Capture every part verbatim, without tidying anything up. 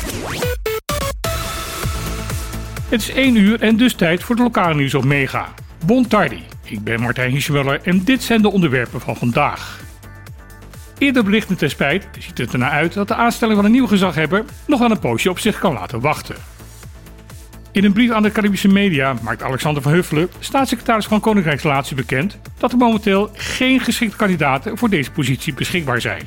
Het is één uur en dus tijd voor het lokale nieuws op Mega. Bon tardi, ik ben Martijn Hiesemuller en dit zijn de onderwerpen van vandaag. Eerder berichten ten spijt ziet het ernaar uit dat de aanstelling van een nieuwe gezaghebber nog wel een poosje op zich kan laten wachten. In een brief aan de Caribische media maakt Alexander van Huffelen, staatssecretaris van Koninkrijksrelaties, bekend dat er momenteel geen geschikte kandidaten voor deze positie beschikbaar zijn.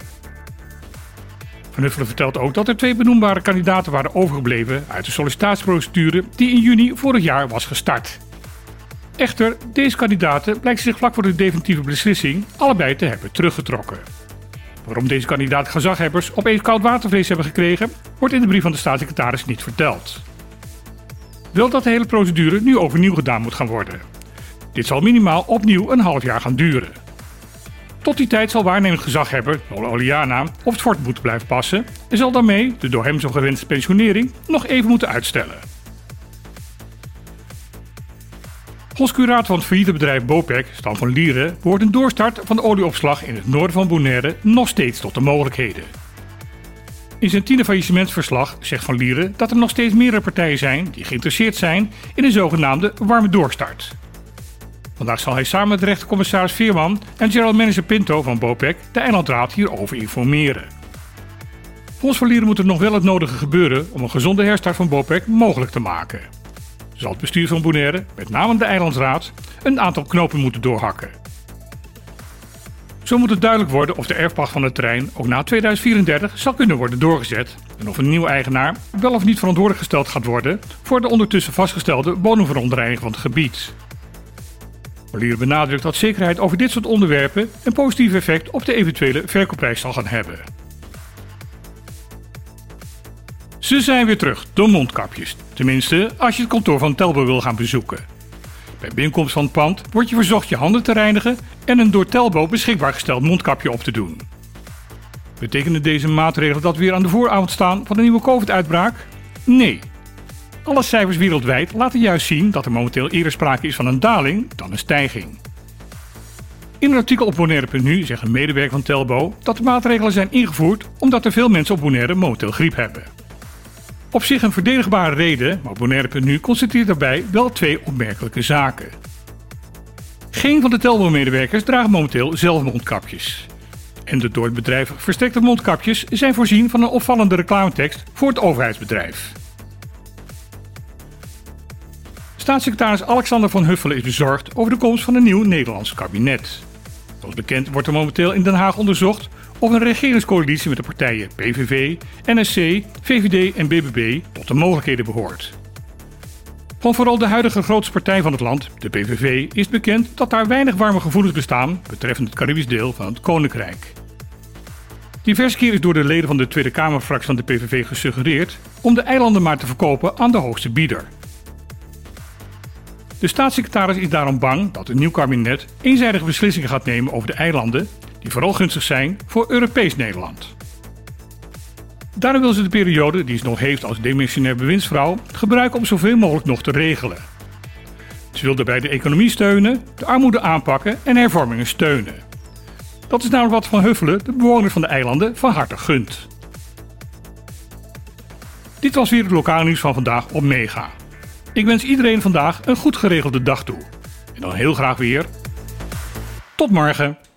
Van Huffelen vertelt ook dat er twee benoembare kandidaten waren overgebleven uit de sollicitatieprocedure die in juni vorig jaar was gestart. Echter, deze kandidaten blijken zich vlak voor de definitieve beslissing allebei te hebben teruggetrokken. Waarom deze kandidaat gezaghebbers opeens koud watervrees hebben gekregen, wordt in de brief van de staatssecretaris niet verteld. Wel dat de hele procedure nu overnieuw gedaan moet gaan worden. Dit zal minimaal opnieuw een half jaar gaan duren. Tot die tijd zal waarnemend gezaghebber Nolle Oliana op het fort moeten blijven passen en zal daarmee de door hem zo gewenste pensionering nog even moeten uitstellen. Volgens curator van het failliete bedrijf Bopec, Stan van Lieren, behoort een doorstart van de olieopslag in het noorden van Bonaire nog steeds tot de mogelijkheden. In zijn tiende faillissementsverslag zegt Van Lieren dat er nog steeds meerdere partijen zijn die geïnteresseerd zijn in een zogenaamde warme doorstart. Vandaag zal hij samen met de rechtercommissaris Veerman en general manager Pinto van Bopec de eilandraad hierover informeren. Volgens Van Lieren moet er nog wel het nodige gebeuren om een gezonde herstart van Bopec mogelijk te maken. Zal het bestuur van Bonaire, met name de eilandsraad, een aantal knopen moeten doorhakken. Zo moet het duidelijk worden of de erfpacht van het terrein ook na tweeduizend vierendertig zal kunnen worden doorgezet en of een nieuwe eigenaar wel of niet verantwoordelijk gesteld gaat worden voor de ondertussen vastgestelde bodemverontreiniging van het gebied. Van Lieren benadrukt dat zekerheid over dit soort onderwerpen een positief effect op de eventuele verkoopprijs zal gaan hebben. Ze zijn weer terug, de mondkapjes. Tenminste, als je het kantoor van Telbo wil gaan bezoeken. Bij binnenkomst van het pand wordt je verzocht je handen te reinigen en een door Telbo beschikbaar gesteld mondkapje op te doen. Betekenen deze maatregelen dat we weer aan de vooravond staan van een nieuwe COVID-uitbraak? Nee. Alle cijfers wereldwijd laten juist zien dat er momenteel eerder sprake is van een daling dan een stijging. In een artikel op Bonaire punt nu zegt een medewerker van Telbo dat de maatregelen zijn ingevoerd omdat er veel mensen op Bonaire momenteel griep hebben. Op zich een verdedigbare reden, maar Bonaire punt nu constateert daarbij wel twee opmerkelijke zaken. Geen van de Telbo-medewerkers dragen momenteel zelf mondkapjes. En de door het bedrijf verstrekte mondkapjes zijn voorzien van een opvallende reclametekst voor het overheidsbedrijf. Staatssecretaris Alexander van Huffelen is bezorgd over de komst van een nieuw Nederlands kabinet. Zoals bekend wordt er momenteel in Den Haag onderzocht of een regeringscoalitie met de partijen P V V, N S C, V V D en B B B tot de mogelijkheden behoort. Van vooral de huidige grootste partij van het land, de P V V, is bekend dat daar weinig warme gevoelens bestaan betreffende het Caribisch deel van het Koninkrijk. Diverse keer is door de leden van de Tweede Kamerfractie van de P V V gesuggereerd om de eilanden maar te verkopen aan de hoogste bieder. De staatssecretaris is daarom bang dat een nieuw kabinet eenzijdige beslissingen gaat nemen over de eilanden die vooral gunstig zijn voor Europees Nederland. Daarom wil ze de periode die ze nog heeft als demissionair bewindsvrouw gebruiken om zoveel mogelijk nog te regelen. Ze wil daarbij de economie steunen, de armoede aanpakken en hervormingen steunen. Dat is namelijk wat Van Huffelen de bewoners van de eilanden van harte gunt. Dit was weer het lokale nieuws van vandaag op Mega. Ik wens iedereen vandaag een goed geregelde dag toe. En dan heel graag weer. Tot morgen.